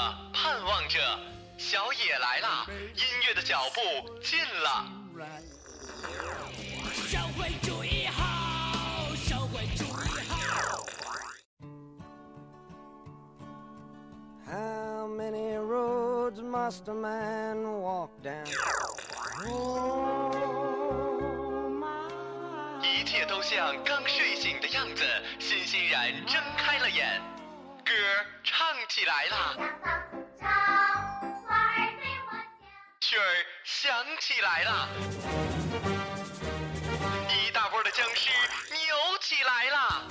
盼望着，小野来了，音乐的脚步近了。 社会主义好，社会主义好。 How many roads must a man walk down? 一切都像刚睡醒的样子，欣欣然睁开了眼。歌唱起来了，曲儿响起来了，一大波的僵尸扭起来了。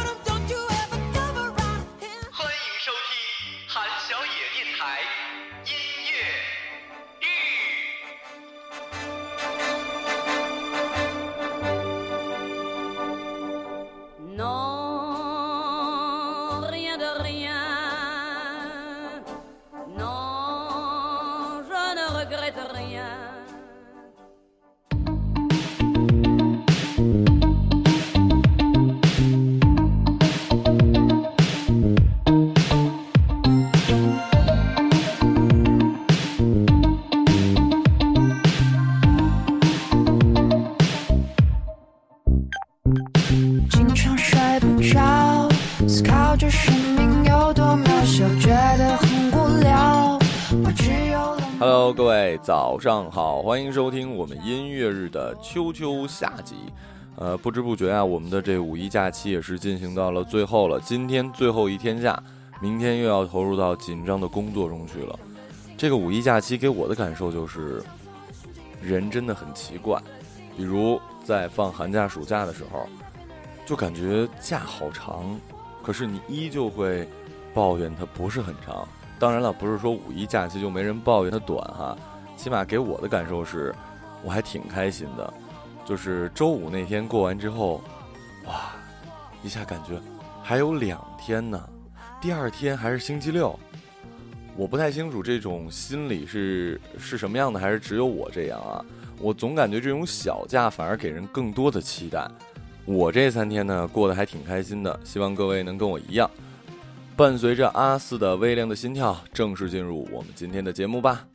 欢迎收听韩小野电台音乐日。 Non, rien de rien. Non, je ne regrette rien. 经常睡不着，思考着生命有多渺小，觉得很无聊。我只有 Hello， 各位早上好，欢迎收听我们音乐日的秋秋夏集。不知不觉啊，我们的这五一假期也是进行到了最后了。今天最后一天假，明天又要投入到紧张的工作中去了。这个五一假期给我的感受就是，人真的很奇怪。比如在放寒假、暑假的时候，就感觉假好长，可是你依旧会抱怨它不是很长。当然了，不是说五一假期就没人抱怨它短哈，起码给我的感受是，我还挺开心的。就是周五那天过完之后，哇，一下感觉还有2天呢，第二天还是星期六。我不太清楚这种心理是什么样的，还是只有我这样啊？我总感觉这种小假反而给人更多的期待。我这3天呢过得还挺开心的，希望各位能跟我一样。伴随着阿四的微亮的心跳，正式进入我们今天的节目吧。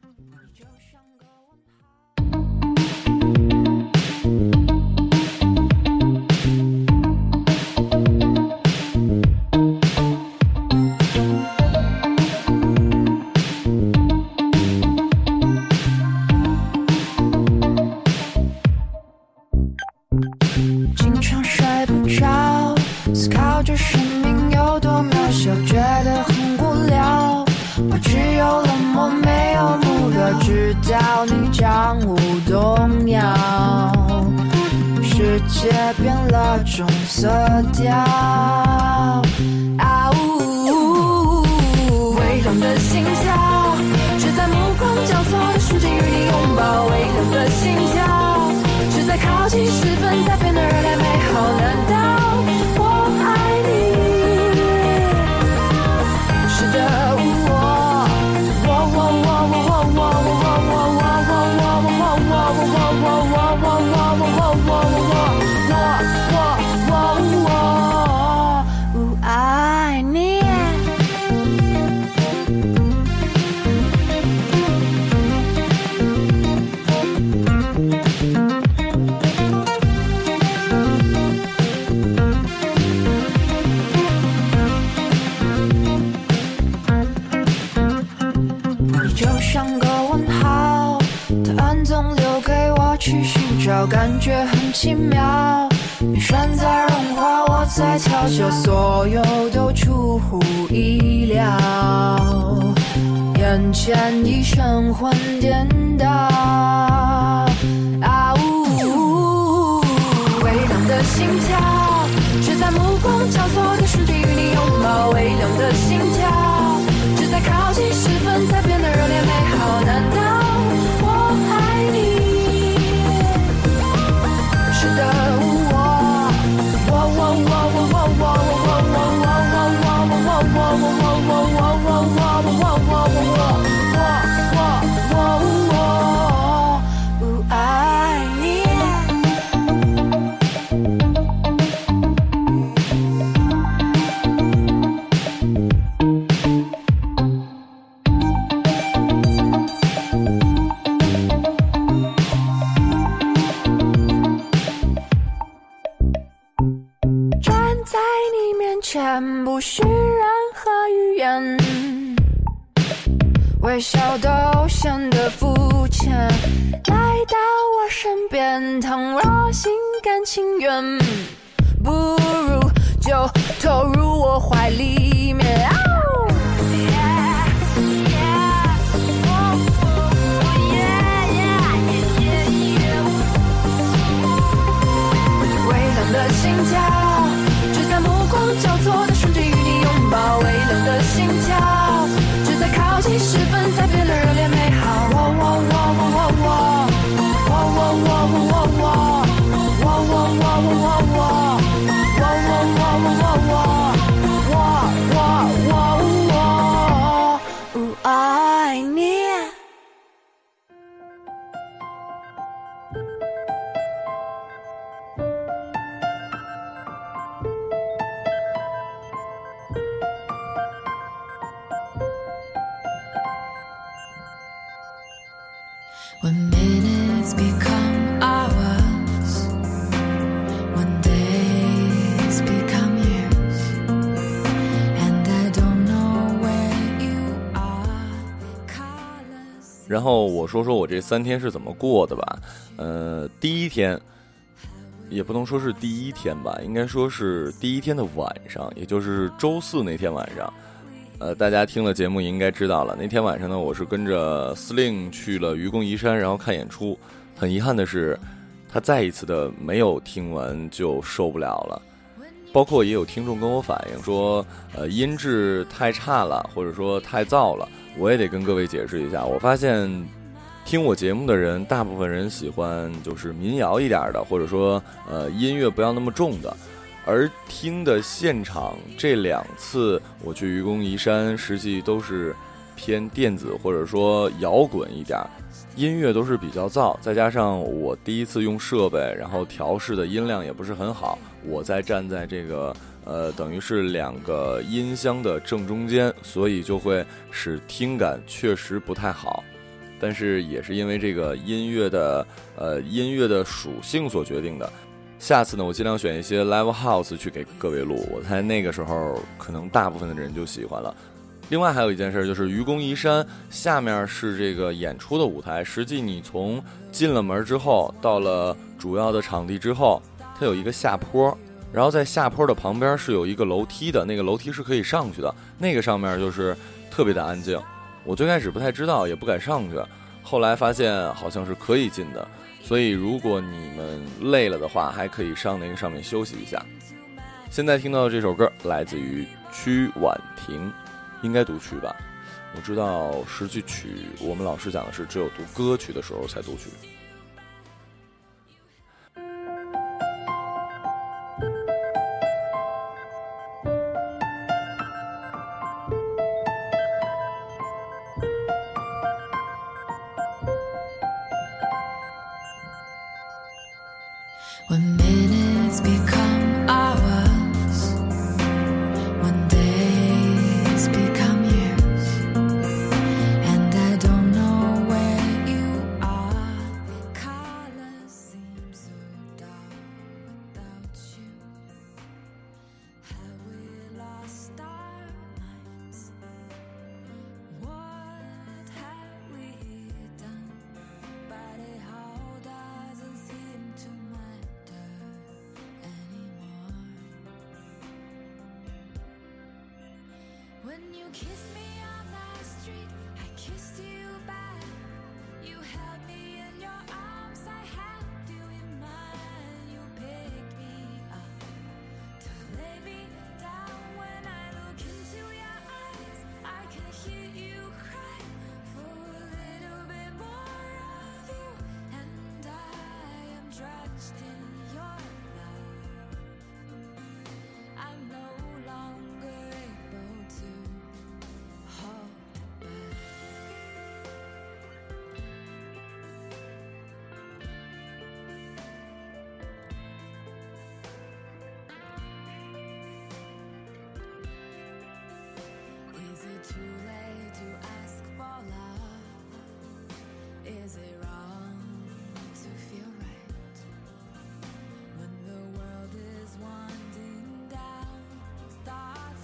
经常睡不着，思考着生命有多渺小，觉得很无聊。我只有冷漠，没有目标，直到你将我动摇。世界变了种色调，啊呜，微凉的心跳，只在目光交错的瞬间与你拥抱。微凉的心跳，只在靠近时分才变得热烈美好。难道我爱你？是的，我爱你。就像个问号，答案总留给我去寻找，感觉很奇妙。云山在融化，我在悄悄，所有都出乎意料。眼前一神魂颠倒，啊呜，微凉的心跳，只在目光交错的瞬间与你拥抱。微凉的心跳，只在靠近时分才变得热烈美好。难道我爱你？是的，我爱你。 全部是任何语言，微笑都显得肤浅，来到我身边，倘若心甘情愿，不如就投入我怀里面。的心跳，只在目光交错的瞬间与你拥抱，微凉的心跳，只在靠近时分才变得热烈美好。我我我我我我我我我我我我我我我我爱你。When minutes become hours, when days become years, and I don't know where you are, colors. 然后我说说我这3天是怎么过的吧。第一天也不能说是第一天吧，应该说是第一天的晚上，也就是周4那天晚上。大家听了节目也应该知道了，那天晚上呢，我是跟着司令去了愚公移山，然后看演出。很遗憾的是，他再一次的没有听完就受不了了。包括也有听众跟我反映说，音质太差了，或者说太燥了。我也得跟各位解释一下，我发现听我节目的人，大部分人喜欢就是民谣一点的，或者说音乐不要那么重的。而听的现场这2次我去愚公移山，实际都是偏电子或者说摇滚一点，音乐都是比较燥，再加上我第一次用设备，然后调试的音量也不是很好，我在站在这个等于是2个音箱的正中间，所以就会使听感确实不太好。但是也是因为这个音乐的属性所决定的。下次呢，我尽量选一些 live house 去给各位录，我猜那个时候可能大部分的人就喜欢了。另外还有一件事，就是愚公移山下面是这个演出的舞台，实际你从进了门之后，到了主要的场地之后，它有一个下坡，然后在下坡的旁边是有一个楼梯的，那个楼梯是可以上去的，那个上面就是特别的安静。我最开始不太知道，也不敢上去，后来发现好像是可以进的。所以如果你们累了的话，还可以上那个上面休息一下。现在听到的这首歌来自于曲婉婷，应该读曲吧，我知道实际曲我们老师讲的是只有读歌曲的时候才读曲。 When minutes become hours, when days become years, and I don't know where you are, colors seem so dark without you. Have we lost our minds? What have we done? But it all doesn't seem to matter anymore. When you kissed me on that street, I kissed you back. You held me in your arms, I held you in mine. You picked me up to lay me down. When I look into your eyes, I can hear you cry for a little bit more of you, and I am drenched in your love. I'm no longer able to hold back. Is it too late to ask for love? Is it wrong to feel right when the world is winding down? Start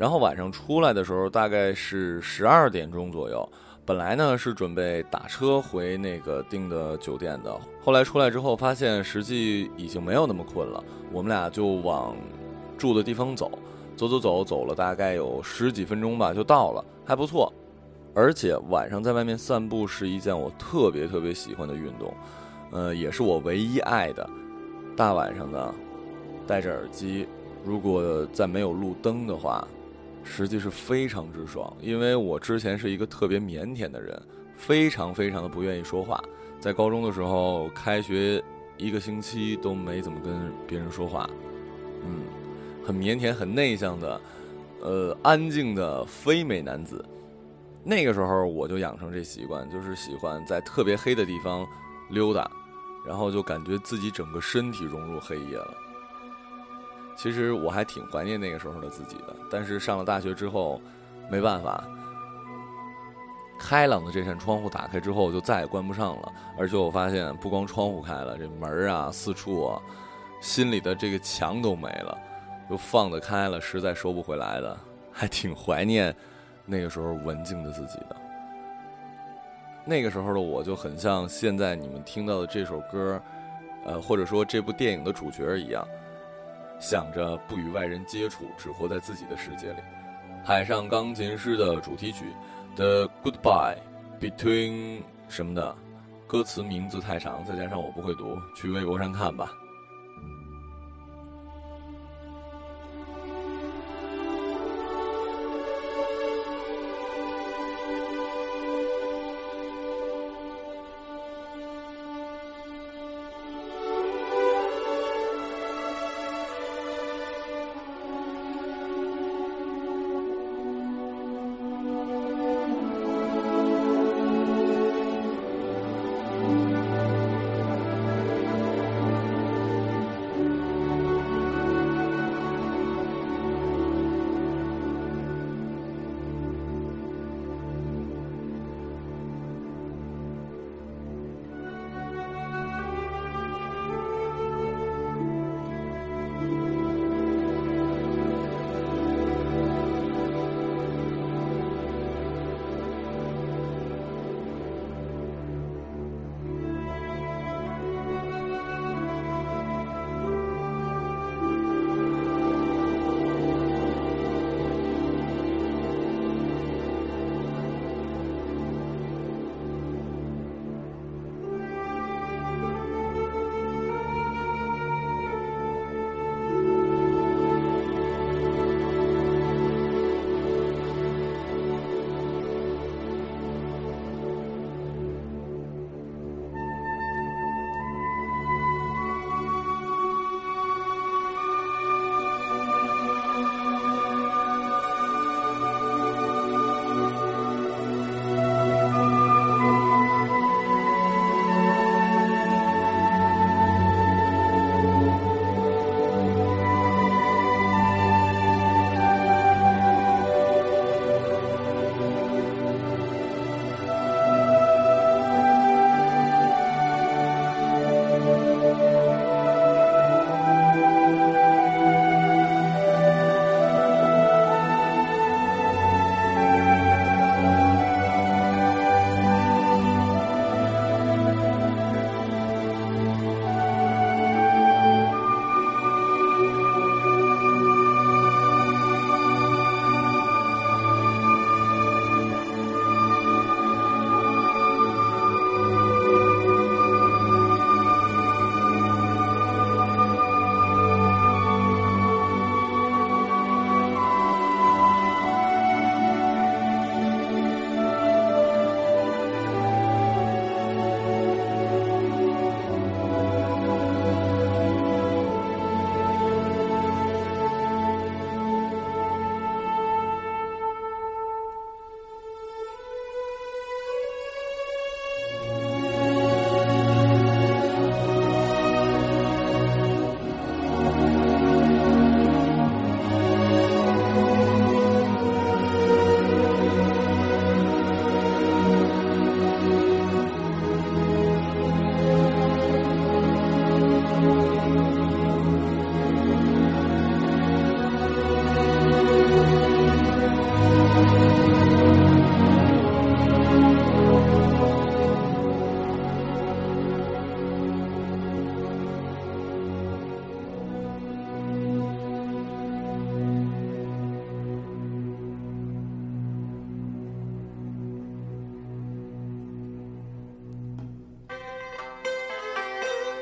然后晚上出来的时候大概是12点钟左右，本来呢是准备打车回那个订的酒店的，后来出来之后发现实际已经没有那么困了，我们俩就往住的地方走了大概有10几分钟吧就到了，还不错。而且晚上在外面散步是一件我特别特别喜欢的运动，也是我唯一爱的。大晚上的戴着耳机，如果再没有路灯的话，实际是非常之爽。因为我之前是一个特别腼腆的人，非常非常的不愿意说话，在高中的时候开学1个星期都没怎么跟别人说话，很腼腆很内向的安静的非美男子。那个时候我就养成这习惯，就是喜欢在特别黑的地方溜达，然后就感觉自己整个身体融入黑夜了。其实我还挺怀念那个时候的自己的，但是上了大学之后没办法，开朗的这扇窗户打开之后就再也关不上了。而且我发现不光窗户开了，这门啊四处啊，心里的这个墙都没了，就放得开了，实在收不回来的。还挺怀念那个时候文静的自己的。那个时候的我就很像现在你们听到的这首歌，或者说这部电影的主角一样，想着不与外人接触，只活在自己的世界里。海上钢琴师的主题曲 The Goodbye Between 什么的，歌词名字太长，再加上我不会读，去微博上看吧。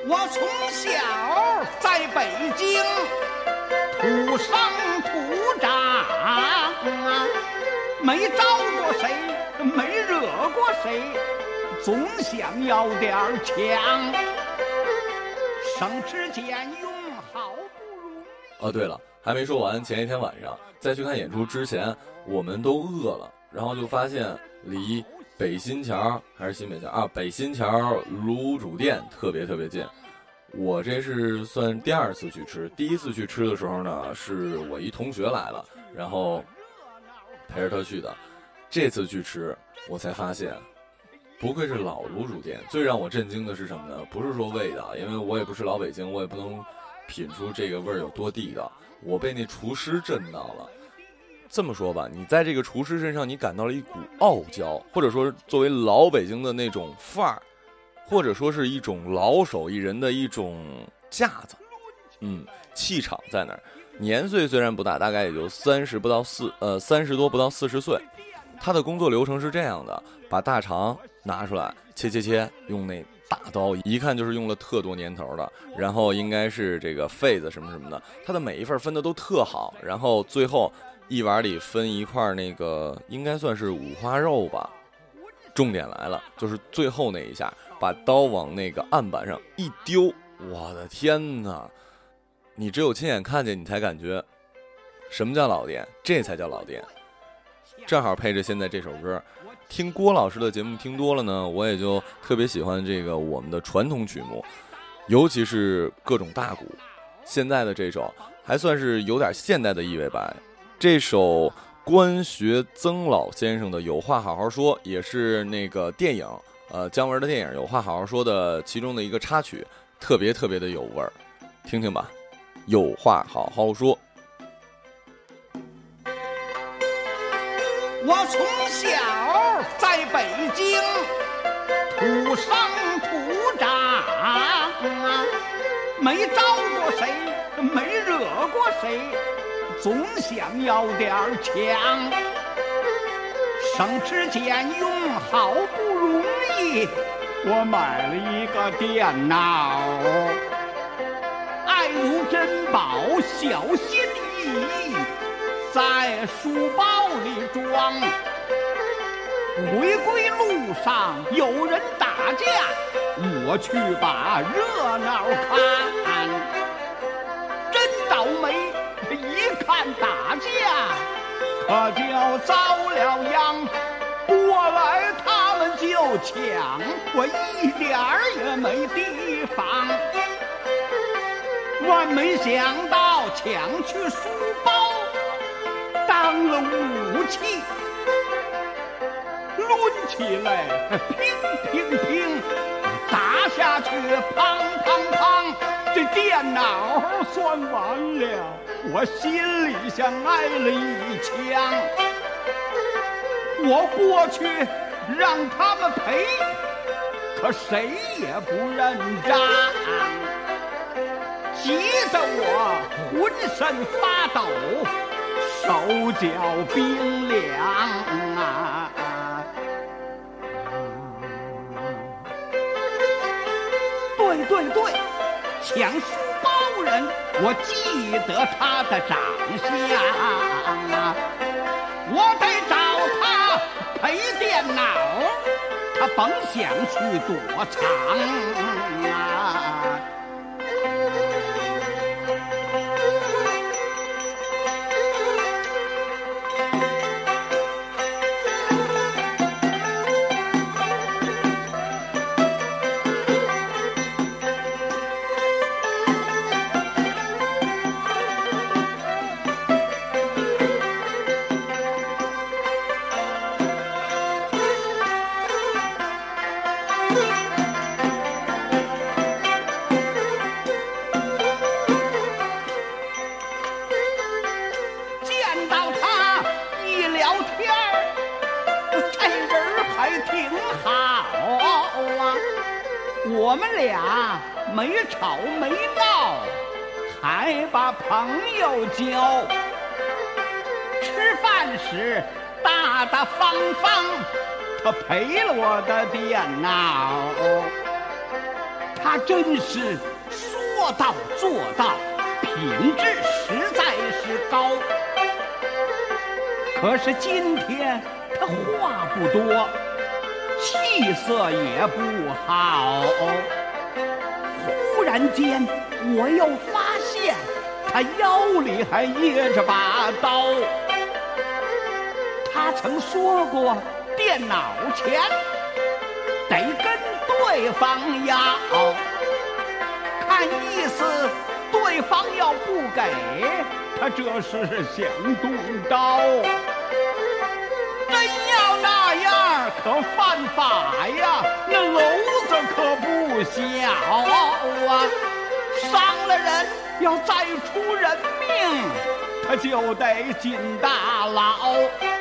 我从小在北京土生土长，没招过谁，没惹过谁，总想要点强，省吃俭用好不容易。 哦，对了，还没说完。前一天晚上在去看演出之前，我们都饿了，然后就发现离北新桥还是新北桥啊，北新桥卤煮店特别近。我这是算第二次去吃，第一次去吃的时候呢，是我一同学来了，然后陪着他去的。这次去吃，我才发现，不愧是老卤煮店。最让我震惊的是什么呢？不是说味道，因为我也不是老北京，我也不能品出这个味儿有多地道。我被那厨师震到了。这么说吧，你在这个厨师身上，你感到了一股傲娇，或者说作为老北京的那种范儿，或者说是一种老手艺人的一种架子，气场在那儿。年岁虽然不大，大概也就30多不到40岁。他的工作流程是这样的：把大肠拿出来，切，用那大刀，一看就是用了特多年头的。然后应该是这个肺子什么什么的，他的每一份分的都特好。然后最后一碗里分一块那个应该算是五花肉吧。重点来了，就是最后那一下，把刀往那个案板上一丢，我的天哪！你只有亲眼看见，你才感觉什么叫老店，这才叫老店。正好配着现在这首歌，听郭老师的节目听多了呢，我也就特别喜欢这个我们的传统曲目，尤其是各种大鼓。现在的这首还算是有点现代的意味吧。这首关学曾老先生的《有话好好说》，也是那个电影姜文的电影《有话好好说》的其中的一个插曲，特别的有味儿，听听吧。有话好好说。 我从小在北京土生土长，没招过谁，没惹过谁，总想要点强，省吃俭用好不容易，我买了一个电脑，爱如珍宝小心翼翼，在书包里装。回归路上有人打架，我去把热闹看。真倒霉，一看打架，可就遭了殃。过来他们就抢，我一点儿也没提防。万没想到抢去书包当了武器，抡起来乒，砸下去砰，这电脑算完了，我心里像挨了一枪。我过去让他们赔，可谁也不认账，急得我浑身发抖，手脚冰凉啊！对，抢书包人，我记得他的长相，我得找他赔电脑，他甭想去躲藏啊！我们俩没吵没闹，还把朋友交。吃饭时大方，他赔了我的电脑。 他真是说到做到，品质实在是高。可是今天他话不多，气色也不好。忽然间，我又发现他腰里还掖着把刀。他曾说过，电脑钱得跟对方要，看意思对方要不给，他这是想动刀。真要那样可犯法呀，那篓子可不小啊！伤了人要再出人命，他就得进大牢。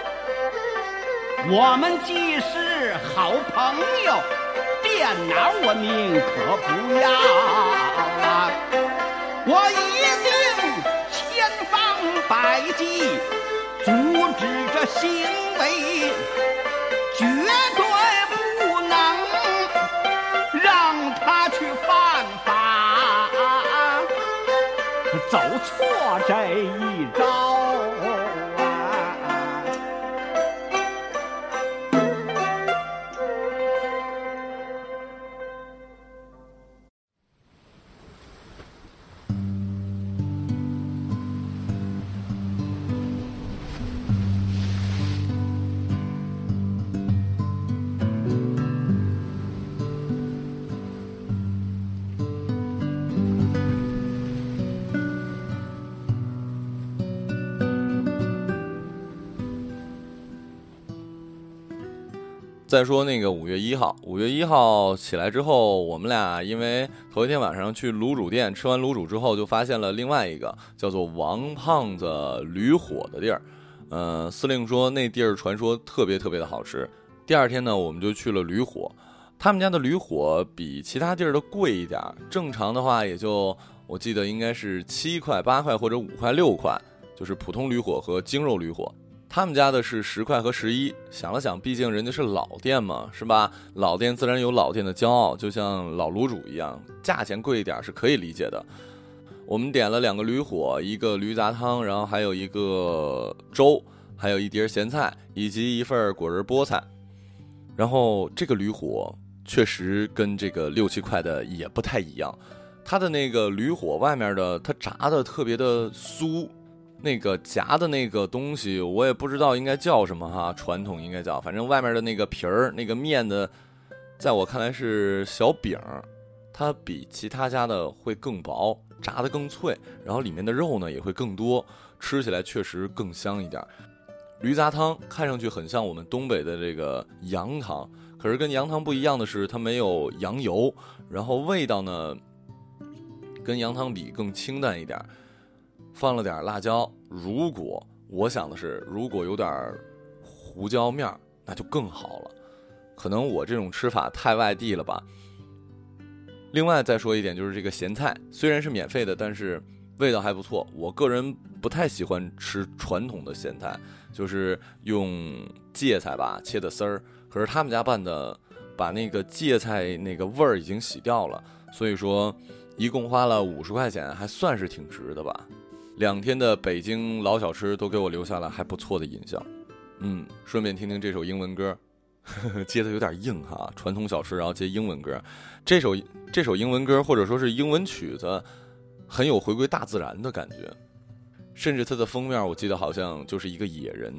我们既是好朋友，电脑我宁可不要啊！我一定千方百计阻止这行为，绝对不能让他去犯法，走错这一招。 再说那个5月1号起来之后，我们俩因为头一天晚上去卤煮店吃完卤煮之后，就发现了另外一个叫做王胖子驴火的地儿。司令说那地儿传说特别特别的好吃。第二天呢，我们就去了驴火，他们家的驴火比其他地儿的贵一点，正常的话也就我记得应该是7块、8块或者5块、6块，就是普通驴火和精肉驴火。他们家的是10块和11，想了想，毕竟人家是老店嘛，是吧？老店自然有老店的骄傲，就像老卤煮一样，价钱贵一点是可以理解的。我们点了2个驴火，一个驴杂汤，然后还有一个粥，还有一碟咸菜，以及一份果仁菠菜。然后这个驴火确实跟这个6、7块的也不太一样，它的那个驴火外面的它炸的特别的酥。那个夹的那个东西我也不知道应该叫什么哈，传统应该叫，反正外面的那个皮儿那个面的，在我看来是小饼，它比其他家的会更薄，炸得更脆，然后里面的肉呢也会更多，吃起来确实更香一点。驴杂汤看上去很像我们东北的这个羊汤，可是跟羊汤不一样的是它没有羊油，然后味道呢跟羊汤比更清淡一点，放了点辣椒。如果我想的是，如果有点胡椒面那就更好了，可能我这种吃法太外地了吧。另外再说一点，就是这个咸菜虽然是免费的，但是味道还不错。我个人不太喜欢吃传统的咸菜，就是用芥菜吧切的丝儿，可是他们家办的把那个芥菜那个味儿已经洗掉了，所以说一共花了50块钱，还算是挺值的吧。2天的北京老小吃都给我留下了还不错的印象。顺便听听这首英文歌，接的有点硬哈，传统小吃然后接英文歌。这首英文歌或者说是英文曲子，很有回归大自然的感觉，甚至它的封面我记得好像就是一个野人。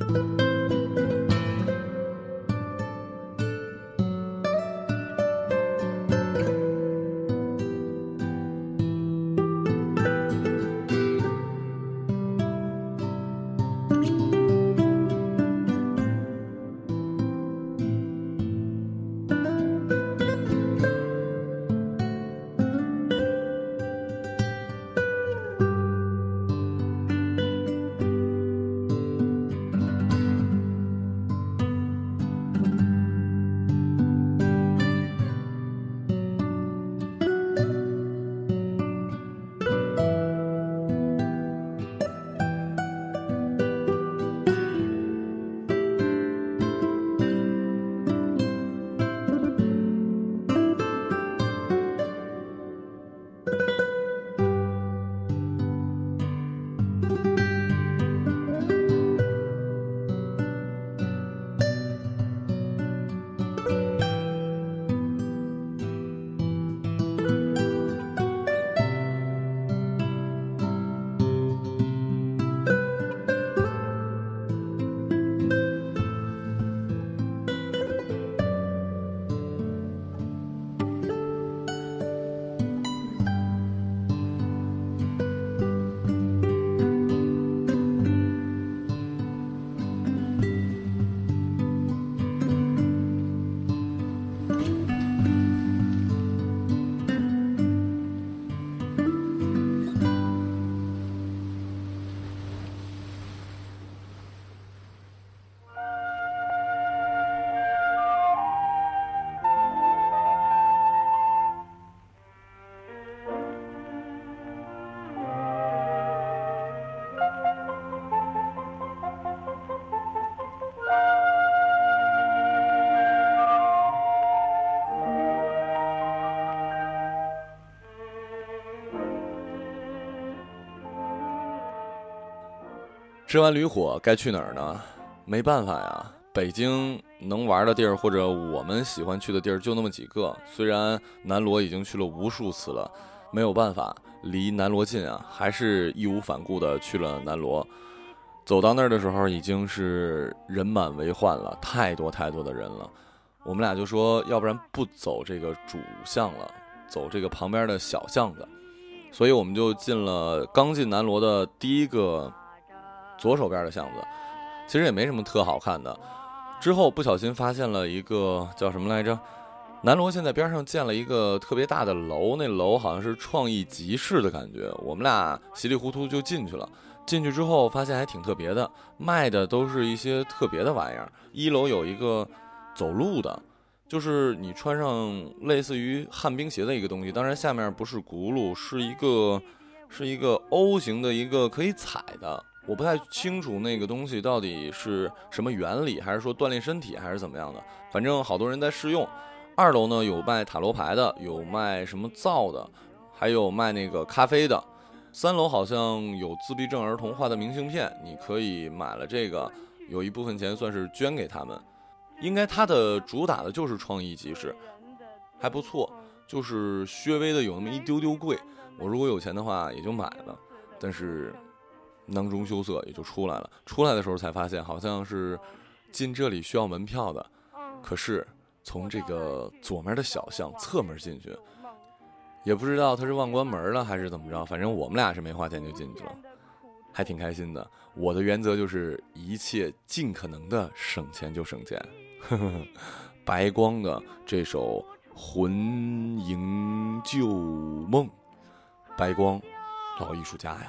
吃完驴火该去哪儿呢？没办法呀，北京能玩的地儿或者我们喜欢去的地儿就那么几个。虽然南锣已经去了无数次了，没有办法，离南锣近啊，还是义无反顾的去了南锣。走到那儿的时候已经是人满为患了，太多太多的人了。我们俩就说要不然不走这个主巷了，走这个旁边的小巷子。所以我们就刚进南锣的第一个左手边的巷子，其实也没什么特好看的。之后不小心发现了一个叫什么来着，南锣现在边上建了一个特别大的楼，那楼好像是创意集市的感觉。我们俩稀里糊涂就进去了，进去之后发现还挺特别的，卖的都是一些特别的玩意儿。一楼有一个走路的，就是你穿上类似于旱冰鞋的一个东西，当然下面不是轱辘，是一个 O 型的一个可以踩的。我不太清楚那个东西到底是什么原理，还是说锻炼身体，还是怎么样的。反正好多人在试用。二楼呢有卖塔罗牌的，有卖什么皂的，还有卖那个咖啡的。三楼好像有自闭症儿童画的明信片，你可以买了这个，有一部分钱算是捐给他们。应该它的主打的就是创意集市，还不错，就是略微的有那么一丢丢贵。我如果有钱的话也就买了，但是囊中羞涩也就出来了。出来的时候才发现好像是进这里需要门票的，可是从这个左面的小巷侧门进去，也不知道他是忘关门了还是怎么着，反正我们俩是没花钱就进去了，还挺开心的。我的原则就是一切尽可能的省钱就省钱。白光的这首《魂萦旧梦》，白光老艺术家呀。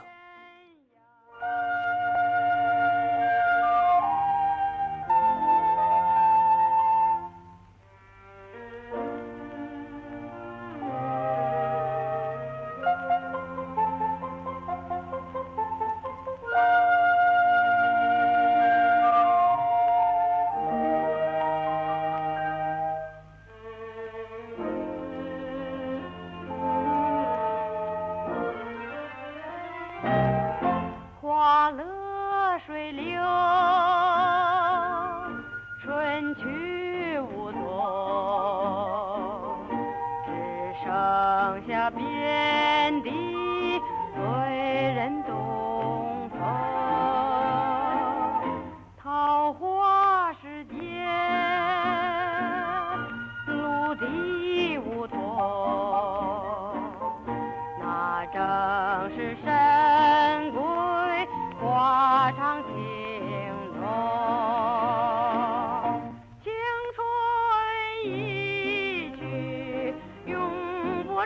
桃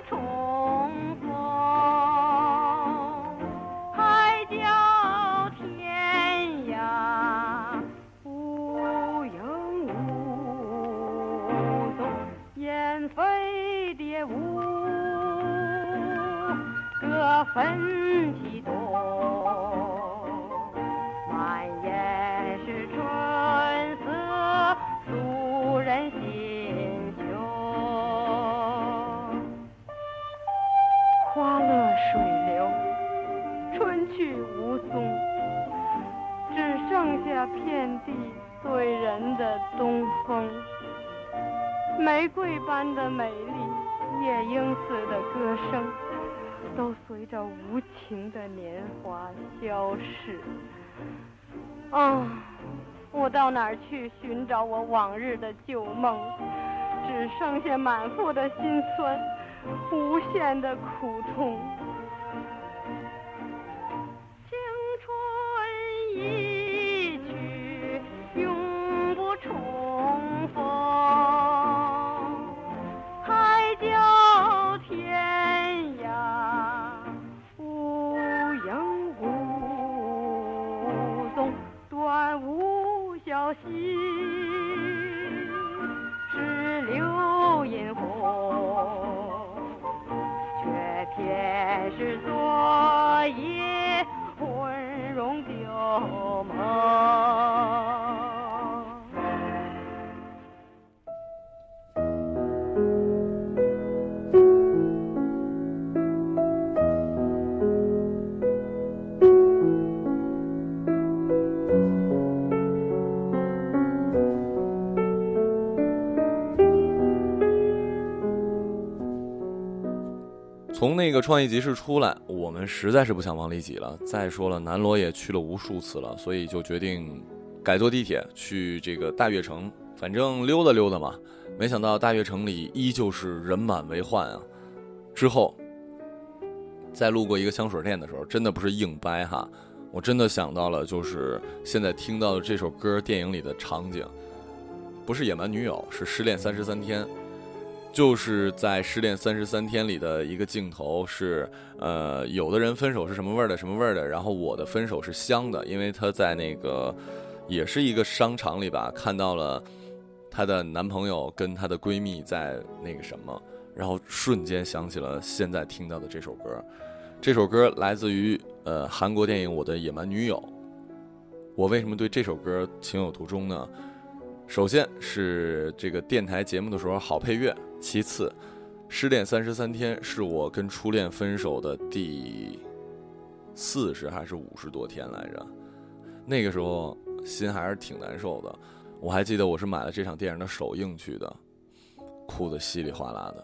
重逢，海角天涯无影无踪，雁飞蝶舞，各分其宗。满眼是春色，素人心胸。花落水流，春去无踪，只剩下遍地醉人的东风。玫瑰般的美丽，夜莺似的歌声，都随着无情的年华消逝。我到哪儿去寻找我往日的旧梦？只剩下满腹的心酸，无限的苦痛。青春一去，永不重逢。海角天涯，无影无踪，断无消息，是流萤红，却偏是昨夜魂容丢梦。 从那个创意集市出来，我们实在是不想往里挤了。再说了，南锣也去了无数次了，所以就决定改坐地铁去这个大悦城，反正溜达溜达嘛。没想到大悦城里依旧是人满为患啊。之后在路过一个香水店的时候，真的不是硬掰哈，我真的想到了就是现在听到的这首歌电影里的场景，不是野蛮女友，是失恋33天。就是在失恋33天里的一个镜头是，有的人分手是什么味儿的什么味儿的，然后我的分手是香的，因为她在那个也是一个商场里吧，看到了她的男朋友跟她的闺蜜在那个什么，然后瞬间想起了现在听到的这首歌。这首歌来自于韩国电影《我的野蛮女友》。我为什么对这首歌情有独钟呢？首先是这个电台节目的时候好配乐，其次失恋33天是我跟初恋分手的第40还是50多天来着，那个时候心还是挺难受的。我还记得我是买了这场电影的首映去的，哭得稀里哗啦的。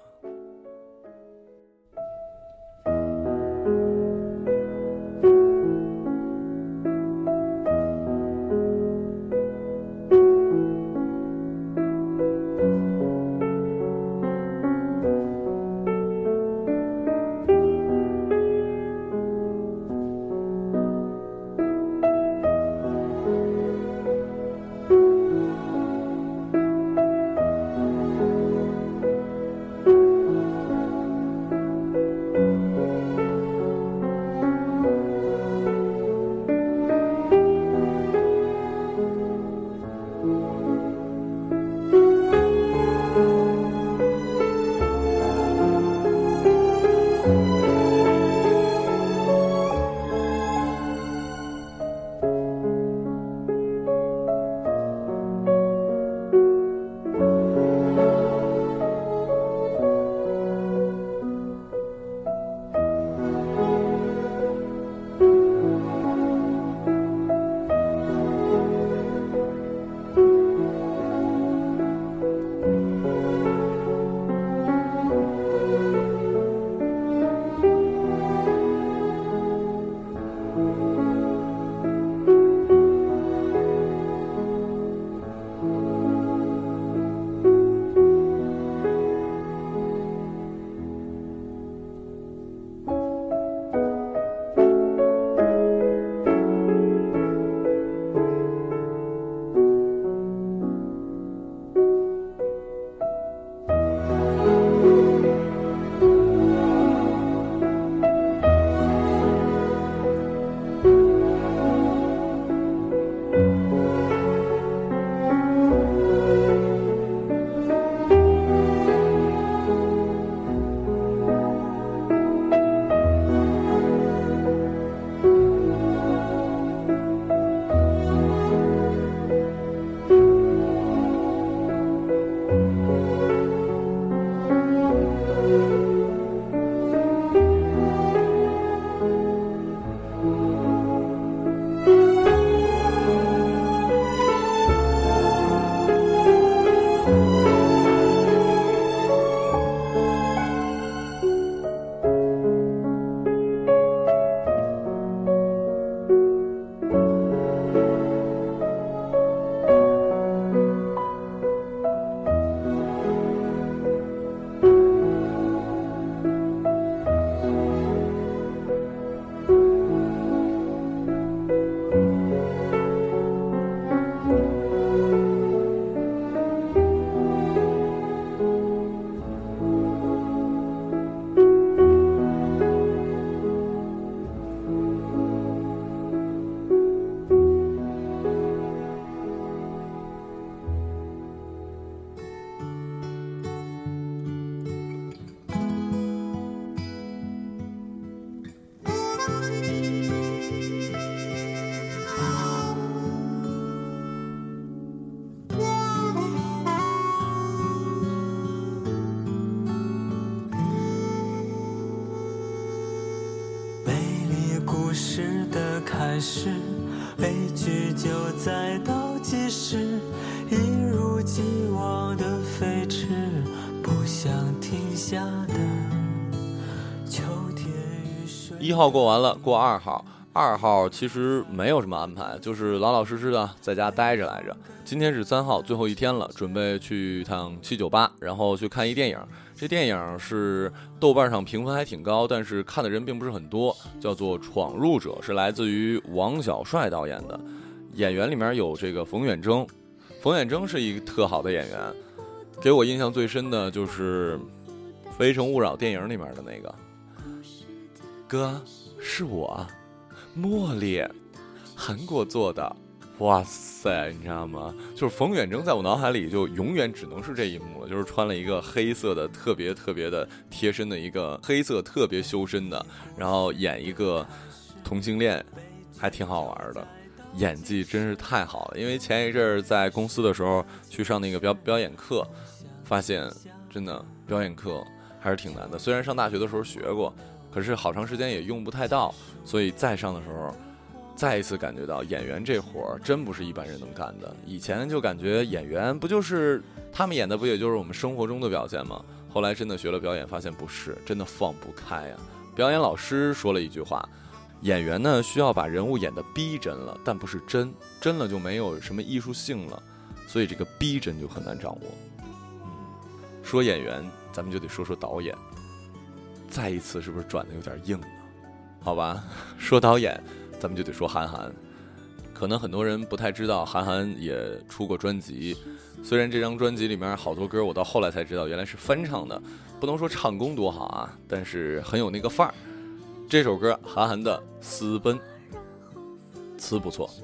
开始，悲剧就在倒计时，一如既往的飞驰，不想停下的秋天雨水。 1号过完了，过2号。2号其实没有什么安排，就是老老实实的在家待着来着。今天是3号，最后一天了，准备去一趟798，然后去看一电影。这电影是豆瓣上评分还挺高，但是看的人并不是很多，叫做《闯入者》，是来自于王小帅导演的。演员里面有这个冯远征，冯远征是一个特好的演员，给我印象最深的就是《非诚勿扰》电影里面的那个哥，是我莫烈，韩国做的，哇塞，你知道吗？就是冯远征在我脑海里就永远只能是这一幕了，就是穿了一个黑色的特别的贴身的一个黑色特别修身的，然后演一个同性恋，还挺好玩的，演技真是太好了。因为前一阵在公司的时候去上那个表演课，发现真的表演课还是挺难的，虽然上大学的时候学过，可是好长时间也用不太到，所以再上的时候再一次感觉到演员这活儿真不是一般人能干的。以前就感觉演员不就是他们演的不也就是我们生活中的表现吗？后来真的学了表演，发现不是，真的放不开呀。表演老师说了一句话，演员呢需要把人物演得逼真了，但不是真了就没有什么艺术性了，所以这个逼真就很难掌握。说演员咱们就得说导演，再一次是不是转的有点硬了？好吧，说导演咱们就得说韩寒。可能很多人不太知道，韩寒也出过专辑，虽然这张专辑里面好多歌我到后来才知道原来是翻唱的，不能说唱功多好啊，但是很有那个范儿。这首歌韩寒的《私奔》，词不错。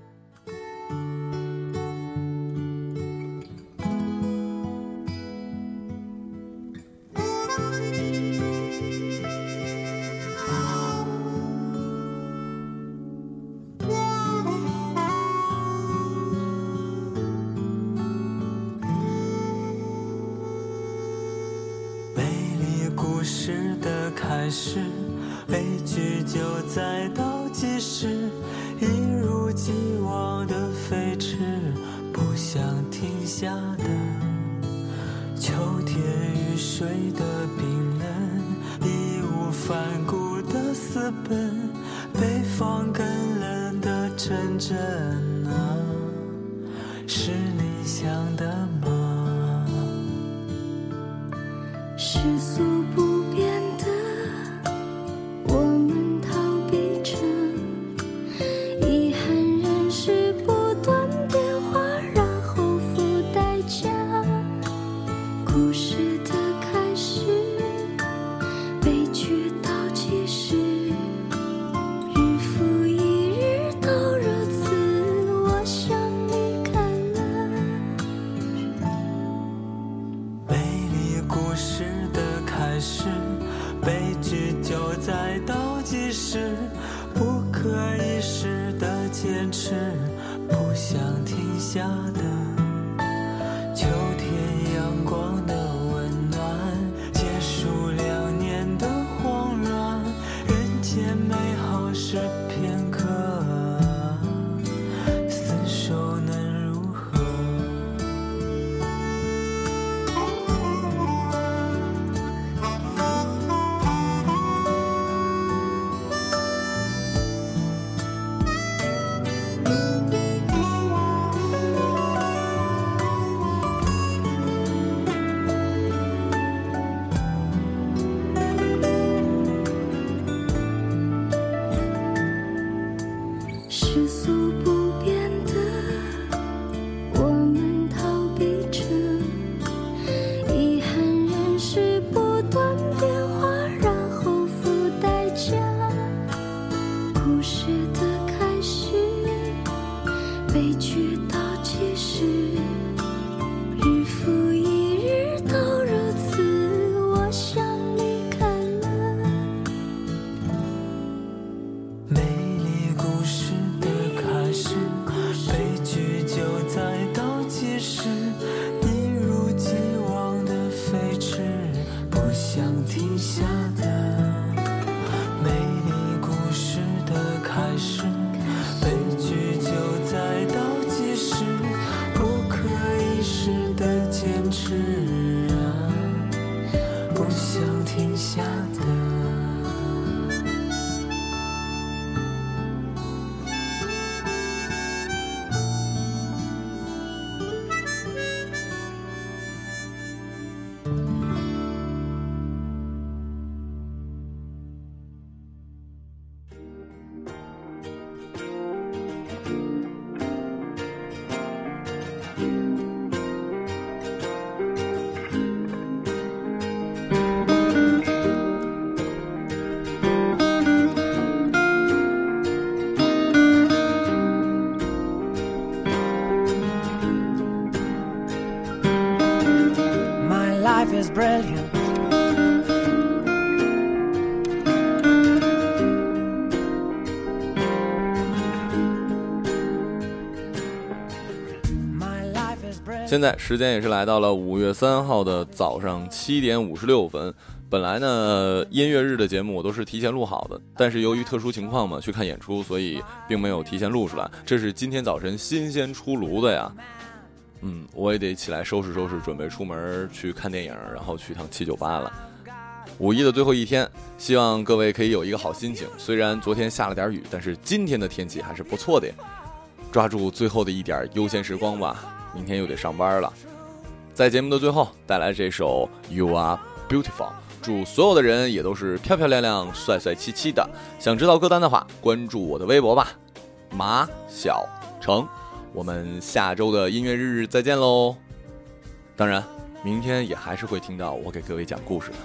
故事的开始，悲剧就在倒计时，一如既往的飞驰，不想停下的秋天雨水的冰冷，义无反顾的私奔，北方更冷的阵阵啊，是你想的吗？ 世俗不变的，我们逃避着，遗憾人是不断变化，然后付代价。故事的开始，悲剧倒计时，日复一日都如此，我想离开了。 美丽故事的开始，悲剧就在倒计时，不可一世的坚持，不想停下的秋天阳光的温暖，结束2年的慌乱，人间美好是片刻，厮守能如何？ 世俗不变的，我们逃避着，遗憾人是不断变化，然后付代价。故事的开始，悲剧倒计时，日复一日都如此，我想离开了。 美丽故事的开始，悲剧就在倒计时，一如既往的飞驰，不想停下的。美丽故事的开始， life is brilliant. My life is brilliant. 现在时间也是来到了5月3号的早上7点56分。本来呢，音乐日的节目我都是提前录好的，但是由于特殊情况嘛，去看演出，所以并没有提前录出来。这是今天早晨新鲜出炉的呀。我也得起来收拾收拾，准备出门去看电影，然后去趟798了。5一的最后一天，希望各位可以有一个好心情。虽然昨天下了点雨，但是今天的天气还是不错的呀。抓住最后的一点悠闲时光吧，明天又得上班了。在节目的最后，带来这首 You Are Beautiful。祝所有的人也都是漂漂亮亮、帅帅气气的。想知道歌单的话，关注我的微博吧，马小成。我们下周的音乐日再见喽！当然，明天也还是会听到我给各位讲故事的。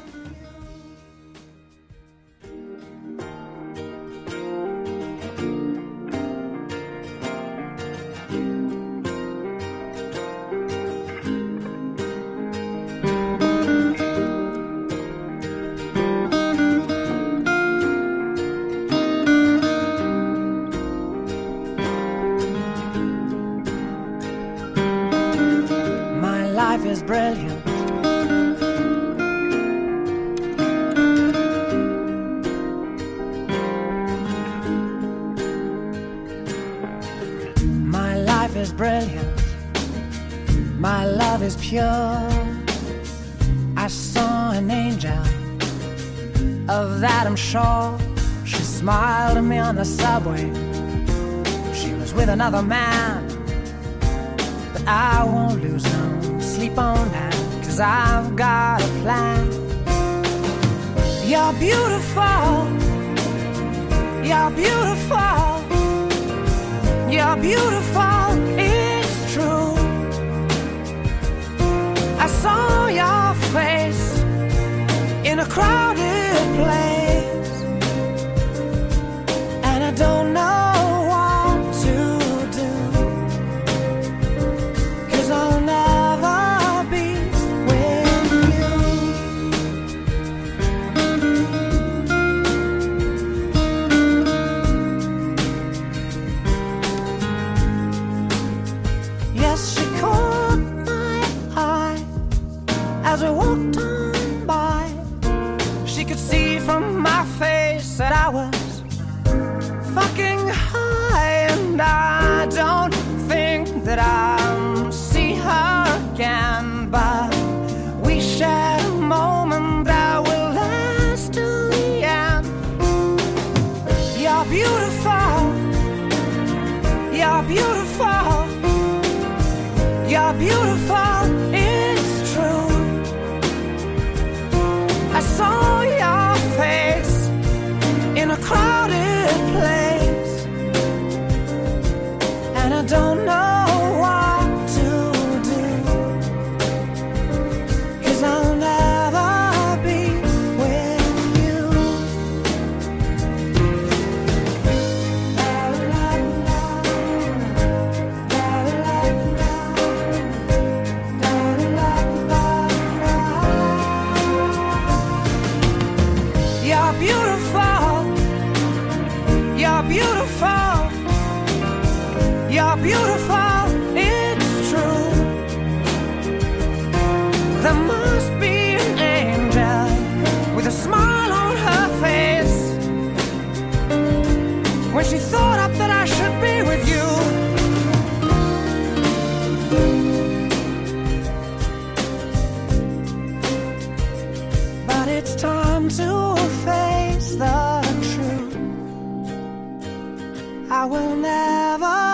Life is brilliant. My life is brilliant. My love is pure. I saw an angel, of that I'm sure. She smiled at me on the subway. She was with another man, but I won't lose no sleep on that, 'cause I've got a plan. You're beautiful. You're beautiful. You're beautiful. It's true. I saw your face in a crowded place, and I don't know what to do, 'cause I'll never be with you. Yes, she caught my eye as we walked on by. She could see from my face that I was fucking high, and I don't think that I'll see her again, but we shared a moment that will last till the end. You're beautiful. You're beautiful. You're beautiful. It's true. I saw your face in a crowded place, and I don't know what to do, 'cause I'll never be with you. La, la, la. La, la, la. La, la, la, la. You're beautiful. You're beautiful. You're beautiful. It's true. There must be an angel with a smile on her face when she thought up that I should be with you. But it's time to face the truth. I will never